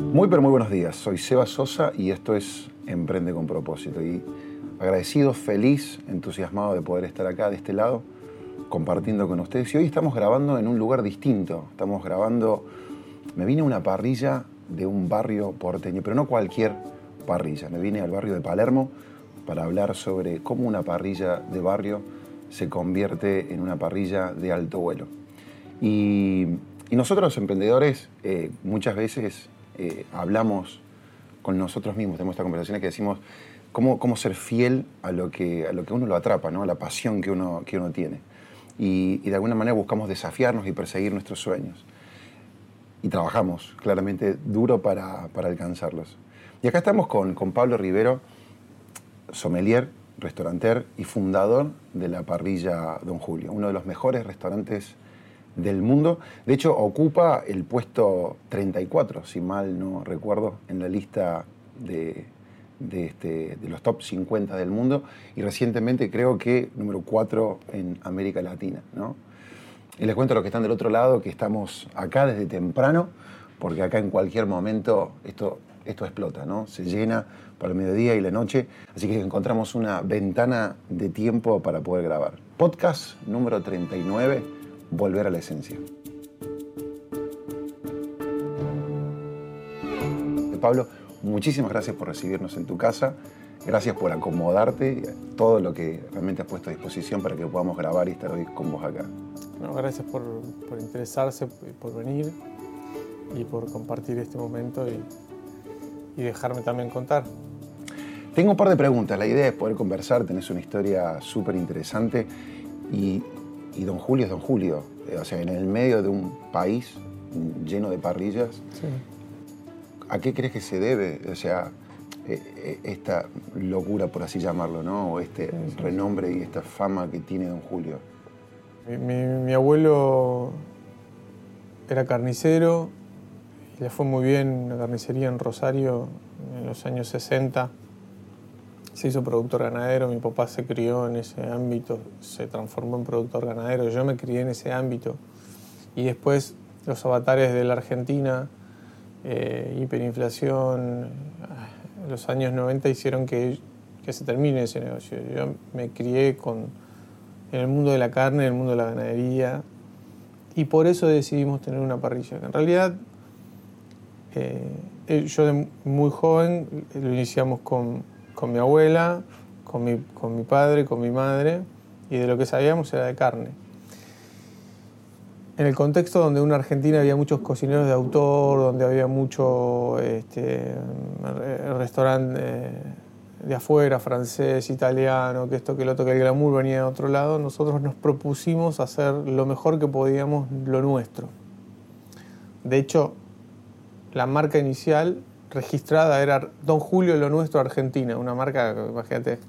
Muy pero muy buenos días, soy Seba Sosa y esto es Emprende con Propósito. Y agradecido, feliz, entusiasmado de poder estar acá de este lado compartiendo con ustedes. Y hoy estamos grabando en un lugar distinto. Me vine a una parrilla de un barrio porteño, pero no cualquier parrilla. Me vine al barrio de Palermo para hablar sobre cómo una parrilla de barrio se convierte en una parrilla de alto vuelo. Y nosotros los emprendedores muchas veces hablamos con nosotros mismos, tenemos estas conversaciones que decimos cómo ser fiel a lo que uno lo atrapa, ¿no? A la pasión que uno tiene. Y de alguna manera buscamos desafiarnos y perseguir nuestros sueños. Y trabajamos claramente duro para alcanzarlos. Y acá estamos con Pablo Rivero, sommelier, restaurateur y fundador de la parrilla Don Julio, uno de los mejores restaurantes del mundo. De hecho, ocupa el puesto 34, si mal no recuerdo, en la lista de los top 50 del mundo, y recientemente creo que número 4 en América Latina, ¿no? Y les cuento a los que están del otro lado que estamos acá desde temprano, porque acá en cualquier momento esto explota, ¿no? Se llena para el mediodía y la noche, así que encontramos una ventana de tiempo para poder grabar. Podcast número 39, Volver a la Esencia. Pablo, muchísimas gracias por recibirnos en tu casa, gracias por acomodarte, todo lo que realmente has puesto a disposición para que podamos grabar y estar hoy con vos acá. Bueno, gracias por interesarse, por venir y por compartir este momento y dejarme también contar. Tengo un par de preguntas, la idea es poder conversar, tenés una historia súper interesante y Don Julio es Don Julio, o sea, en el medio de un país lleno de parrillas. Sí. ¿A qué crees que se debe, o sea, esta locura, por así llamarlo, ¿no? O renombre y esta fama que tiene Don Julio? Mi abuelo era carnicero y le fue muy bien en una carnicería en Rosario en los años 60. Se hizo productor ganadero, mi papá se crió en ese ámbito, se transformó en productor ganadero, yo me crié en ese ámbito. Y después los avatares de la Argentina, hiperinflación, los años 90 hicieron que se termine ese negocio. Yo me crié en el mundo de la carne, en el mundo de la ganadería, y por eso decidimos tener una parrilla. En realidad, yo de muy joven lo iniciamos con mi abuela, con mi padre, con mi madre, y de lo que sabíamos era de carne. En el contexto donde en Argentina había muchos cocineros de autor, donde había mucho restaurante de afuera, francés, italiano, que esto, que lo otro, que el glamour venía de otro lado, nosotros nos propusimos hacer lo mejor que podíamos, lo nuestro. De hecho, la marca inicial registrada era Don Julio Lo Nuestro Argentina, una marca, imagínate,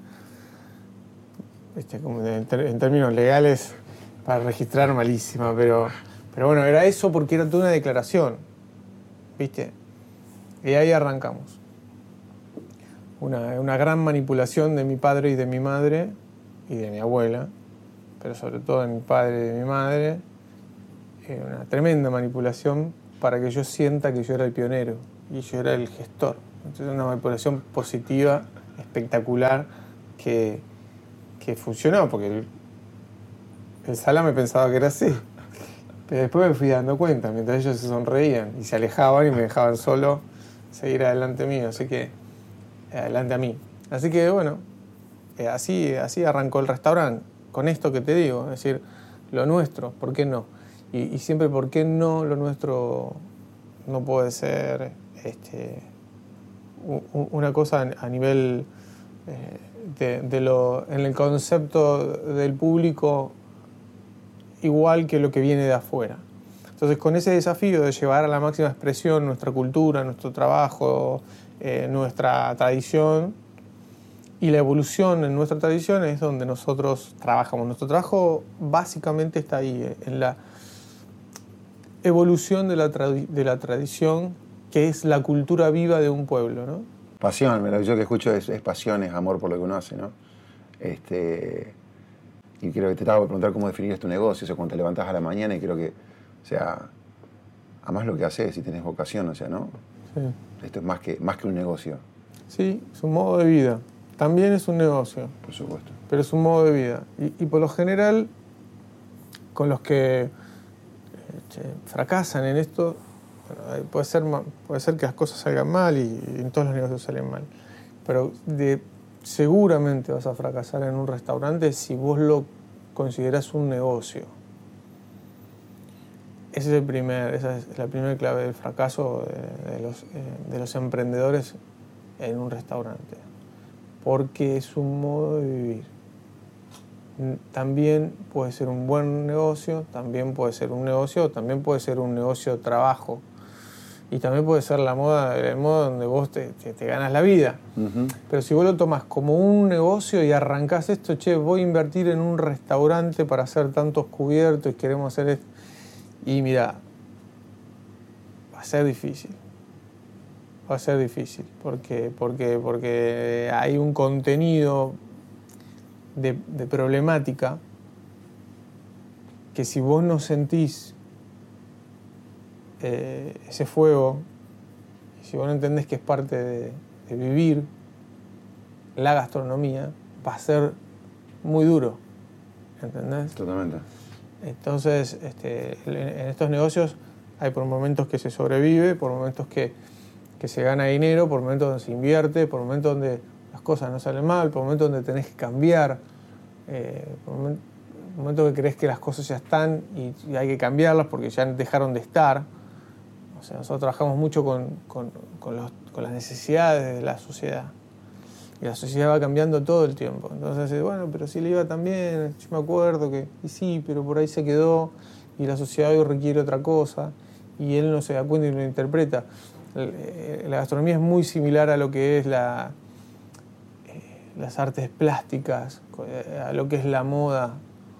como en términos legales, para registrar malísima, pero bueno, era eso porque era toda una declaración, ¿viste? Y ahí arrancamos. Una gran manipulación de mi padre y de mi madre y de mi abuela, pero sobre todo de mi padre y de mi madre, una tremenda manipulación para que yo sienta que yo era el pionero y yo era el gestor. Entonces una manipulación positiva, espectacular, que funcionó, porque el salame pensaba que era así. Pero después me fui dando cuenta, mientras ellos se sonreían y se alejaban y me dejaban solo seguir adelante mío, así que adelante a mí. Así que bueno, así arrancó el restaurante, con esto que te digo, es decir, lo nuestro, ¿por qué no? Y siempre, ¿por qué no lo nuestro no puede ser una cosa a nivel en el concepto del público igual que lo que viene de afuera? Entonces, con ese desafío de llevar a la máxima expresión nuestra cultura, nuestro trabajo, nuestra tradición y la evolución en nuestra tradición es donde nosotros trabajamos. Nuestro trabajo básicamente está ahí, en la evolución de la tradición, que es la cultura viva de un pueblo, ¿no? Pasión, yo que escucho es pasión, es amor por lo que uno hace, ¿no? Y creo que te estaba por preguntar cómo definir tu negocio, o sea, cuando te levantás a la mañana, y creo que, o sea, amás lo que haces y tenés vocación, o sea, ¿no? Sí. Esto es más que un negocio. Sí, es un modo de vida. También es un negocio. Por supuesto. Pero es un modo de vida. Y por lo general, con los que fracasan en esto, bueno, puede ser que las cosas salgan mal y en todos los negocios salen mal. Pero seguramente vas a fracasar en un restaurante si vos lo considerás un negocio. Esa es la primera clave del fracaso de los emprendedores en un restaurante. Porque es un modo de vivir. También puede ser un buen negocio, también puede ser un negocio trabajo. Y también puede ser el modo donde vos te ganas la vida. Uh-huh. Pero si vos lo tomás como un negocio y arrancás esto, voy a invertir en un restaurante para hacer tantos cubiertos y queremos hacer esto. Y mira, va a ser difícil. Va a ser difícil. Porque hay un contenido de problemática que si vos no sentís ese fuego, y si vos no entendés que es parte de vivir la gastronomía, va a ser muy duro, ¿entendés? Totalmente. Entonces, en estos negocios hay por momentos que se sobrevive, por momentos que se gana dinero, por momentos donde se invierte, por momentos donde las cosas no salen mal, por momentos donde tenés que cambiar, por momentos que crees que las cosas ya están y hay que cambiarlas porque ya dejaron de estar. O sea, nosotros trabajamos mucho con las necesidades de la sociedad. Y la sociedad va cambiando todo el tiempo. Entonces, bueno, pero si le iba tan bien, yo me acuerdo que... Y sí, pero por ahí se quedó y la sociedad hoy requiere otra cosa y él no se da cuenta y no lo interpreta. La gastronomía es muy similar a lo que es las artes plásticas, a lo que es la moda.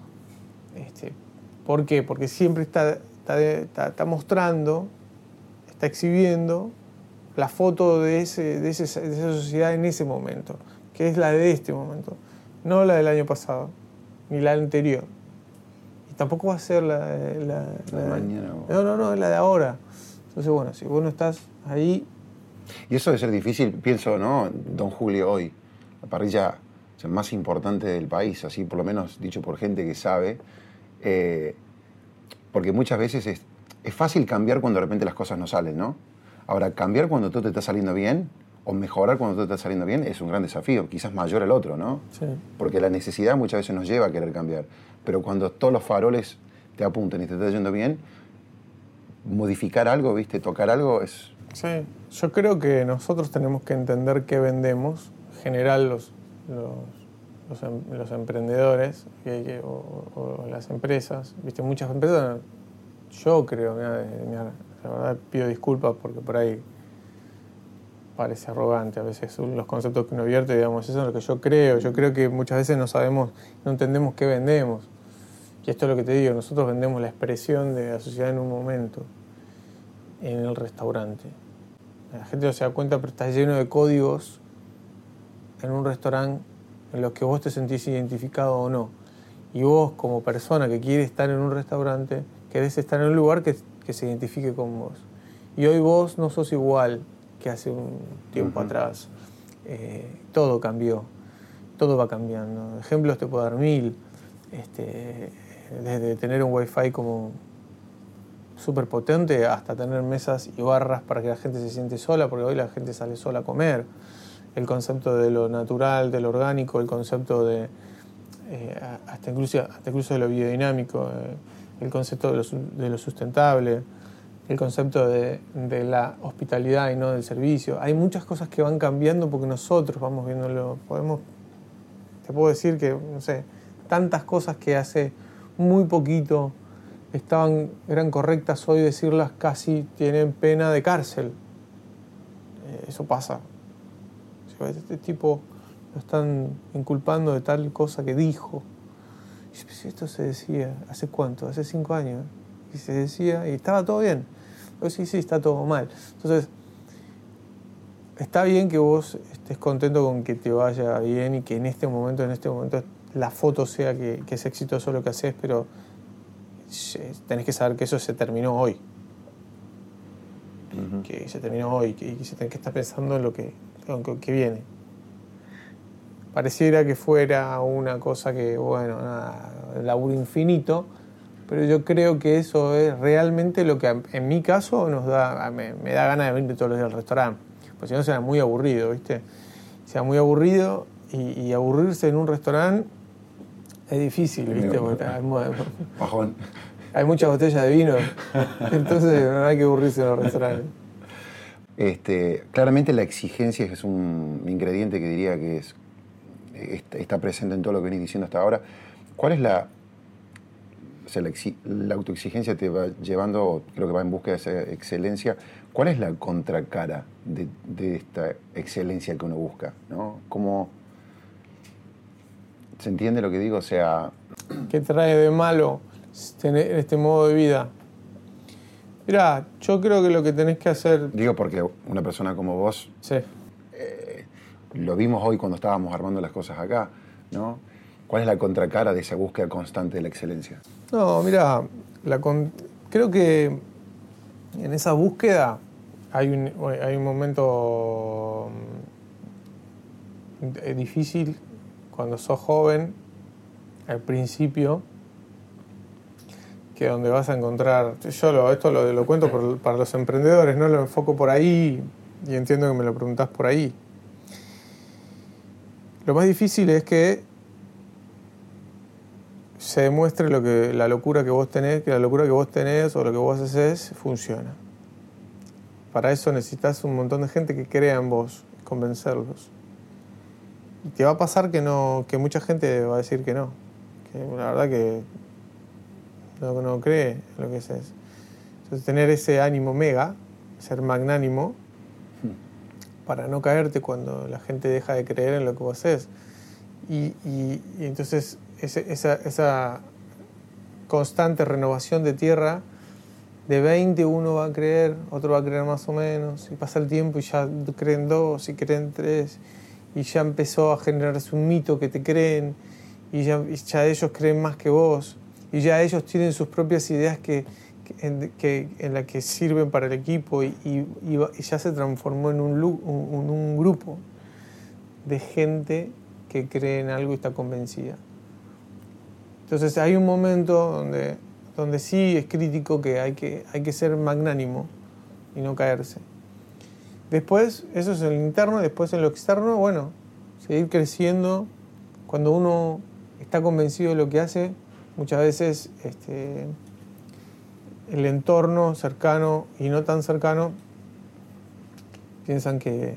¿Por qué? Porque siempre está mostrando, está exhibiendo la foto de esa sociedad en ese momento, que es la de este momento, no la del año pasado, ni la anterior. Y tampoco va a ser la de mañana. No, es la de ahora. Entonces, bueno, si vos no estás ahí... Y eso debe ser difícil, pienso, ¿no? Don Julio hoy, la parrilla más importante del país, así por lo menos dicho por gente que sabe, porque muchas veces es fácil cambiar cuando de repente las cosas no salen, ¿no? Ahora, cambiar cuando todo te está saliendo bien o mejorar cuando todo te está saliendo bien es un gran desafío, quizás mayor al otro, ¿no? Sí. Porque la necesidad muchas veces nos lleva a querer cambiar. Pero cuando todos los faroles te apuntan y te está yendo bien, modificar algo, ¿viste? Tocar algo es... Sí, yo creo que nosotros tenemos que entender qué vendemos, en general los emprendedores o las empresas, ¿viste? Muchas empresas, yo creo, la verdad pido disculpas porque por ahí parece arrogante a veces los conceptos que uno vierte, digamos, eso es lo que yo creo que muchas veces no entendemos qué vendemos, y esto es lo que te digo, nosotros vendemos la expresión de la sociedad en un momento, en el restaurante. La gente no se da cuenta, pero está lleno de códigos en un restaurante en los que vos te sentís identificado o no, y vos como persona que quiere estar en un restaurante, querés estar en un lugar que se identifique con vos. Y hoy vos no sos igual que hace un tiempo atrás. Todo cambió, todo va cambiando. Ejemplos te puedo dar 1000. Desde tener un wifi como súper potente hasta tener mesas y barras para que la gente se siente sola, porque hoy la gente sale sola a comer. El concepto de lo natural, de lo orgánico, el concepto de hasta incluso de lo biodinámico, el concepto de lo sustentable, el concepto de la hospitalidad y no del servicio. Hay muchas cosas que van cambiando porque nosotros vamos viéndolo. Te puedo decir que, no sé, tantas cosas que hace muy poquito eran correctas, hoy decirlas casi tienen pena de cárcel. Eso pasa. Este tipo lo están inculpando de tal cosa que dijo. Y esto se decía, ¿hace cuánto? Hace 5 años. Y se decía, y estaba todo bien. Pero sí, está todo mal. Entonces, está bien que vos estés contento con que te vaya bien y que en este momento la foto sea que es exitoso lo que haces, pero tenés que saber que eso se terminó hoy. que se terminó hoy, que está pensando en lo que viene. Pareciera que fuera una cosa que, bueno, nada, laburo infinito, pero yo creo que eso es realmente lo que en mi caso me da ganas de venir todos los días al restaurante. Pues si no será muy aburrido, ¿viste? Será muy aburrido y aburrirse en un restaurante es difícil, ¿viste? Porque hay muchas botellas de vino, entonces no hay que aburrirse en los restaurantes. Claramente la exigencia es un ingrediente que diría que está presente en todo lo que venís diciendo hasta ahora. ¿Cuál es la autoexigencia te va llevando, creo que va en busca de esa excelencia? ¿Cuál es la contracara de esta excelencia que uno busca, ¿no? ¿Cómo se entiende lo que digo? O sea, ¿qué trae de malo tener este modo de vida? Mirá, yo creo que lo que tenés que hacer... Digo porque una persona como vos, sí. Lo vimos hoy cuando estábamos armando las cosas acá, ¿no? ¿Cuál es la contracara de esa búsqueda constante de la excelencia? No, mirá, creo que en esa búsqueda hay un momento difícil cuando sos joven, al principio, que donde vas a encontrar... Esto lo cuento para los emprendedores, no lo enfoco por ahí y entiendo que me lo preguntás por ahí. Lo más difícil es que se demuestre la locura que vos tenés, que la locura que vos tenés o lo que vos haces funciona. Para eso necesitas un montón de gente que crea en vos, convencerlos. Y te va a pasar que mucha gente va a decir que no. Que la verdad que no cree en lo que haces. Entonces tener ese ánimo mega, ser magnánimo, para no caerte cuando la gente deja de creer en lo que vos haces. Y entonces esa constante renovación de tierra, de 20 uno va a creer, otro va a creer más o menos, y pasa el tiempo y ya creen 2 y creen 3, y ya empezó a generarse un mito que te creen, y ya ellos creen más que vos, y ya ellos tienen sus propias ideas en la que sirven para el equipo y ya se transformó en un grupo de gente que cree en algo y está convencida. Entonces hay un momento donde sí es crítico que hay que ser magnánimo y no caerse. Después, eso es en lo interno, después en lo externo, bueno, seguir creciendo. Cuando uno está convencido de lo que hace, muchas veces el entorno cercano y no tan cercano piensan que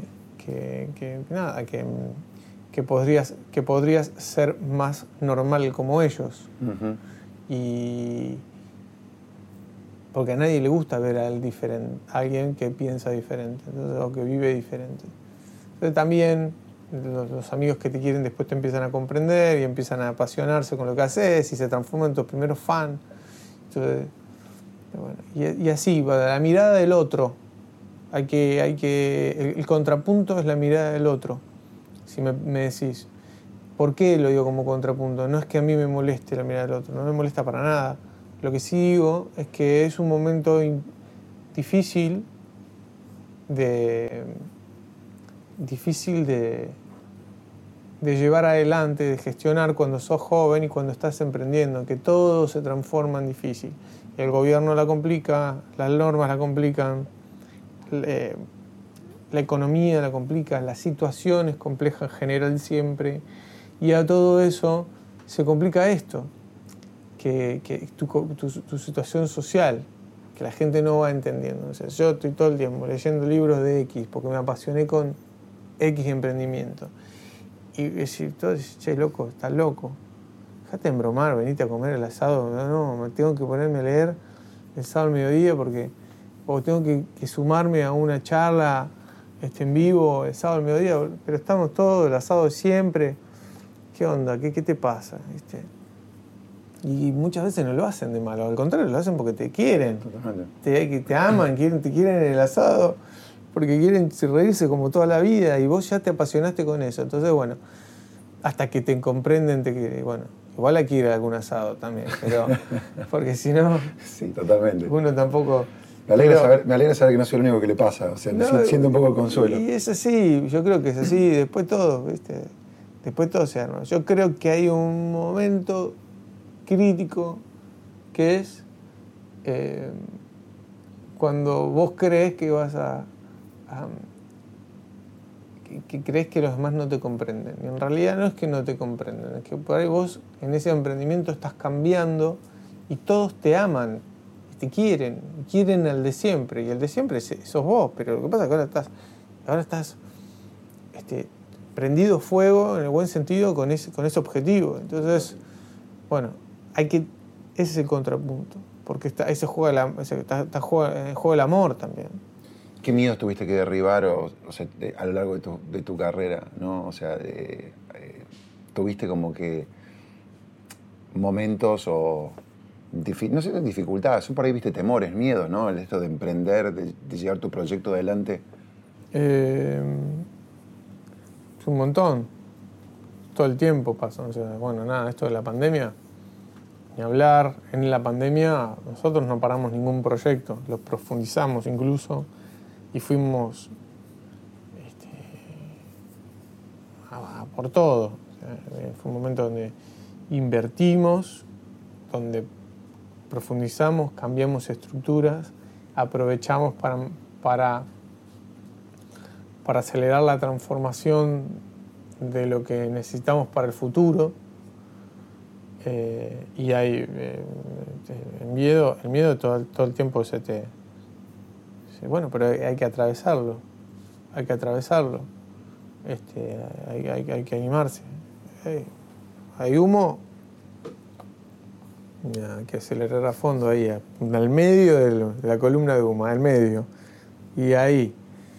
podrías ser más normal como ellos. Uh-huh. Y porque a nadie le gusta ver a alguien que piensa diferente, entonces, o que vive diferente. Entonces también los amigos que te quieren después te empiezan a comprender y empiezan a apasionarse con lo que haces y se transforman en tus primeros fans. Entonces, bueno, y así, la mirada del otro. El contrapunto es la mirada del otro. Si me decís, ¿por qué lo digo como contrapunto? No es que a mí me moleste la mirada del otro, no me molesta para nada. Lo que sí digo es que es un momento difícil de llevar adelante, de gestionar cuando sos joven y cuando estás emprendiendo, que todo se transforma en difícil. El gobierno la complica, las normas la complican, la economía la complica, la situación es compleja en general siempre, y a todo eso se complica esto, que tu situación social, que la gente no va entendiendo. O sea, yo estoy todo el tiempo leyendo libros de X porque me apasioné con X emprendimiento. Y decir, todo, che, loco, estás loco. Dejate de embromar, venite a comer el asado. No, me tengo que ponerme a leer el sábado al mediodía o tengo que sumarme a una charla en vivo el sábado al mediodía, pero estamos todos, el asado de siempre. ¿Qué onda? ¿Qué te pasa? ¿Viste? Y muchas veces no lo hacen de malo, al contrario, lo hacen porque te quieren. Te aman, te quieren en el asado, porque quieren reírse como toda la vida y vos ya te apasionaste con eso. Entonces, bueno, hasta que te comprenden, bueno, igual hay que ir a algún asado también, pero porque si no, sí, totalmente. Uno tampoco Me alegra saber que no soy el único que le pasa, o sea, no, siento un poco de consuelo. Y es así, yo creo que es así, después todo, ¿viste? Después todo se arma. Yo creo que hay un momento crítico que es cuando vos crees que vas que crees que los demás no te comprenden. Y en realidad no es que no te comprenden, es que por ahí vos en ese emprendimiento estás cambiando y todos te aman, te quieren al de siempre. Y el de siempre sos vos, pero lo que pasa es que ahora estás prendido fuego en el buen sentido con ese objetivo. Entonces, bueno, ese es el contrapunto, porque ese juega está en juego el amor también. ¿Qué miedos tuviste que derribar a lo largo de tu carrera, ¿no? O sea, tuviste como que momentos no sé, dificultades, por ahí viste temores, miedos, ¿no? Esto de emprender, de llevar tu proyecto adelante. Es un montón. Todo el tiempo pasa. O sea, bueno, nada, esto de la pandemia, ni hablar. En la pandemia nosotros no paramos ningún proyecto, lo profundizamos incluso y fuimos por todo. O sea, fue un momento donde invertimos, donde profundizamos, cambiamos estructuras, aprovechamos para acelerar la transformación de lo que necesitamos para el futuro. Y hay el miedo todo el tiempo bueno, pero hay que atravesarlo, hay que animarse. Hay humo, hay que acelerar a fondo ahí, al medio de la columna de humo, al medio, y ahí,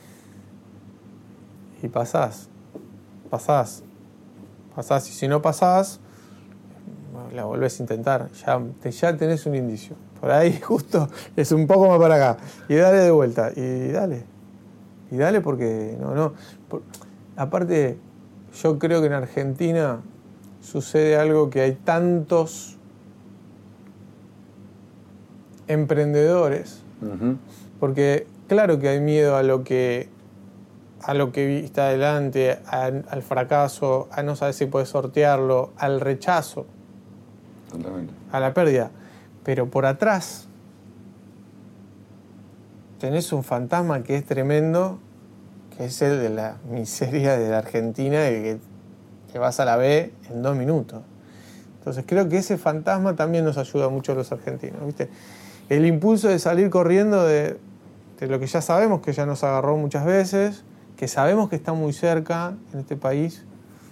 y pasás, y si no pasás, la volvés a intentar, ya tenés un indicio. Por ahí justo es un poco más para acá. Y dale de vuelta. Y dale porque aparte, yo creo que en Argentina sucede algo que hay tantos emprendedores. Uh-huh. Porque claro que hay miedo a lo que está adelante, al fracaso, a no saber si puedes sortearlo, al rechazo. Totalmente. A la pérdida. Pero por atrás tenés un fantasma que es tremendo, que es el de la miseria de la Argentina, y que vas a la B en 2 minutos. Entonces creo que ese fantasma también nos ayuda mucho a los argentinos, ¿viste? El impulso de salir corriendo de lo que ya sabemos, que ya nos agarró muchas veces, que sabemos que está muy cerca en este país,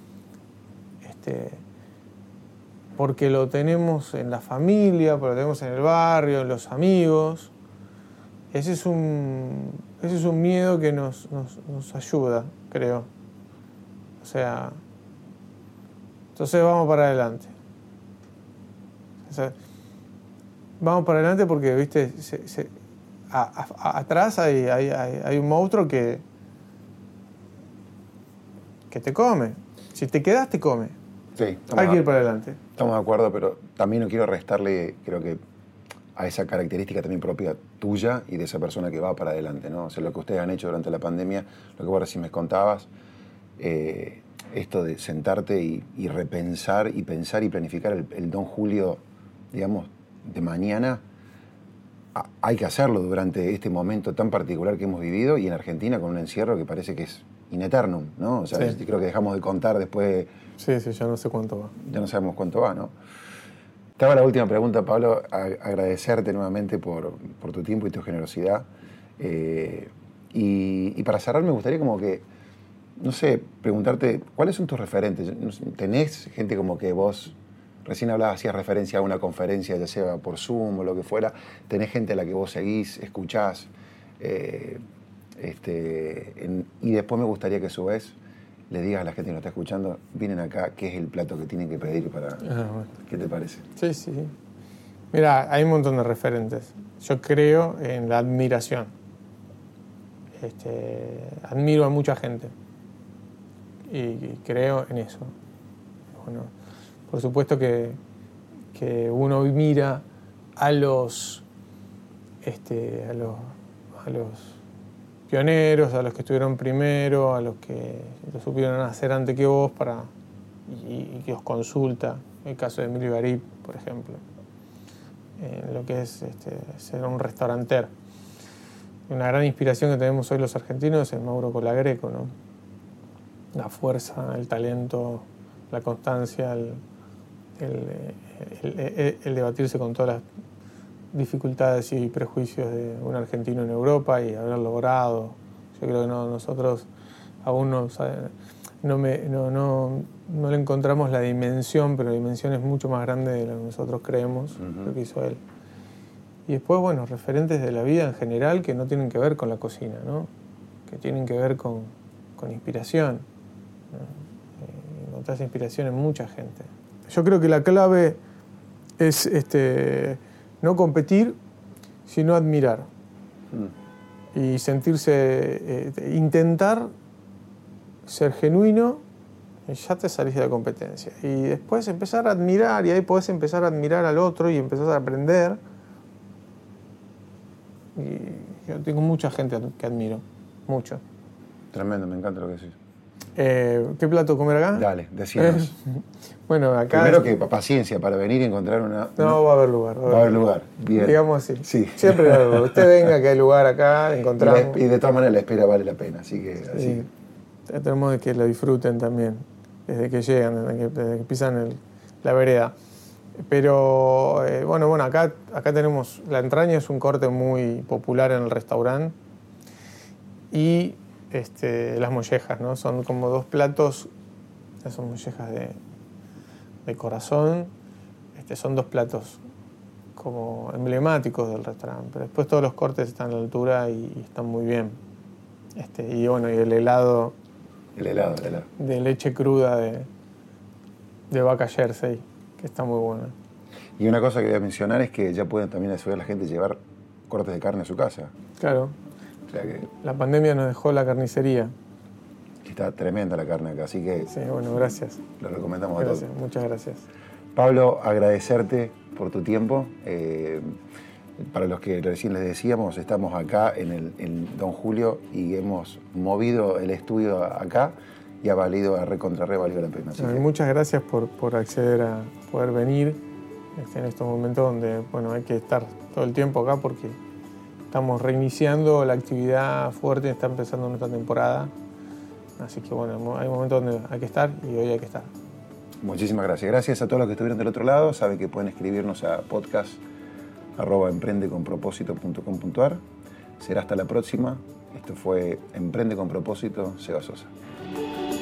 porque lo tenemos en la familia, porque lo tenemos en el barrio, en los amigos. Ese es un miedo que nos ayuda, creo. O sea, entonces vamos para adelante. O sea, vamos para adelante porque, viste, atrás hay un monstruo que te come. Si te quedas, te come. Sí, hay que ir para adelante. Estamos de acuerdo, pero también no quiero restarle, creo que, a esa característica también propia tuya y de esa persona que va para adelante, ¿no? O sea, lo que ustedes han hecho durante la pandemia, lo que vos recién me contabas, esto de sentarte y repensar y pensar y planificar el Don Julio, digamos, de mañana, hay que hacerlo durante este momento tan particular que hemos vivido y en Argentina con un encierro que parece que es in eternum, ¿no? O sea, sí. Creo que dejamos de contar después. Sí, ya no sé cuánto va. Ya no sabemos cuánto va, ¿no? Te hago la última pregunta, Pablo. Agradecerte nuevamente por tu tiempo y tu generosidad. Y para cerrar me gustaría como que, no sé, preguntarte, ¿cuáles son tus referentes? ¿Tenés gente como que vos, recién hablabas, hacías referencia a una conferencia, ya sea por Zoom o lo que fuera, tenés gente a la que vos seguís, escuchás? Y después me gustaría que a su vez le digas a la gente que nos está escuchando, vienen acá, qué es el plato que tienen que pedir para... Bueno. ¿Qué te parece? Sí. Mira, hay un montón de referentes. Yo creo en la admiración. Admiro a mucha gente. Y creo en eso. Bueno, por supuesto que uno mira a los a los pioneros, a los que estuvieron primero, a los que lo supieron hacer antes que vos y que os consulta. El caso de Emilio Garib, por ejemplo, en lo que es ser un restaurateur. Una gran inspiración que tenemos hoy los argentinos es Mauro Colagreco, ¿no? La fuerza, el talento, la constancia, el debatirse con todas las dificultades y prejuicios de un argentino en Europa y haber logrado. Yo creo que nosotros aún no le encontramos la dimensión, pero la dimensión es mucho más grande de lo que nosotros creemos, lo que hizo él. Y después, bueno, referentes de la vida en general que no tienen que ver con la cocina, ¿no? Que tienen que ver con inspiración, ¿no? Encontrás inspiración en mucha gente. Yo creo que la clave es no competir, sino admirar. Y sentirse, intentar ser genuino, y ya te salís de la competencia. Y después empezar a admirar, y ahí podés empezar a admirar al otro y empezar a aprender. Y yo tengo mucha gente que admiro, mucho. Tremendo, me encanta lo que decís. ¿Qué plato comer acá? Dale, decinos. Bueno, acá... Primero que paciencia para venir y encontrar una... No, va a haber lugar. Va a haber lugar, bien. Digamos así. Sí. Siempre va a haber lugar. Usted venga, que hay lugar acá, encontramos. Y de todas maneras la espera vale la pena, así que... Así. Sí. Tratemos de que lo disfruten también, desde que llegan, desde que pisan la vereda. Pero, bueno, acá tenemos... La entraña es un corte muy popular en el restaurante. Y las mollejas, ¿no? Son como dos platos, son mollejas de corazón. Son dos platos como emblemáticos del restaurante. Pero después todos los cortes están a la altura y están muy bien. Y bueno, y el helado... El helado. De leche cruda de vaca Jersey, que está muy buena. Y una cosa que voy a mencionar es que ya pueden también ayudar a la gente a llevar cortes de carne a su casa. Claro. O sea que... La pandemia nos dejó la carnicería. Está tremenda la carne acá, así que... Sí, bueno, gracias. Lo recomendamos a Gracias, todos. muchas gracias. Pablo, agradecerte por tu tiempo. Para los que recién les decíamos, estamos acá en Don Julio y hemos movido el estudio acá y ha valido valió la pena. Así que... Muchas gracias por acceder a poder venir en estos momentos donde hay que estar todo el tiempo acá porque estamos reiniciando la actividad fuerte, está empezando nuestra temporada. Así que hay momentos donde hay que estar y hoy hay que estar. Muchísimas gracias. Gracias a todos los que estuvieron del otro lado. Saben que pueden escribirnos a podcast@emprendeconpropósito.com.ar. Será hasta la próxima. Esto fue Emprende con Propósito, Seba Sosa.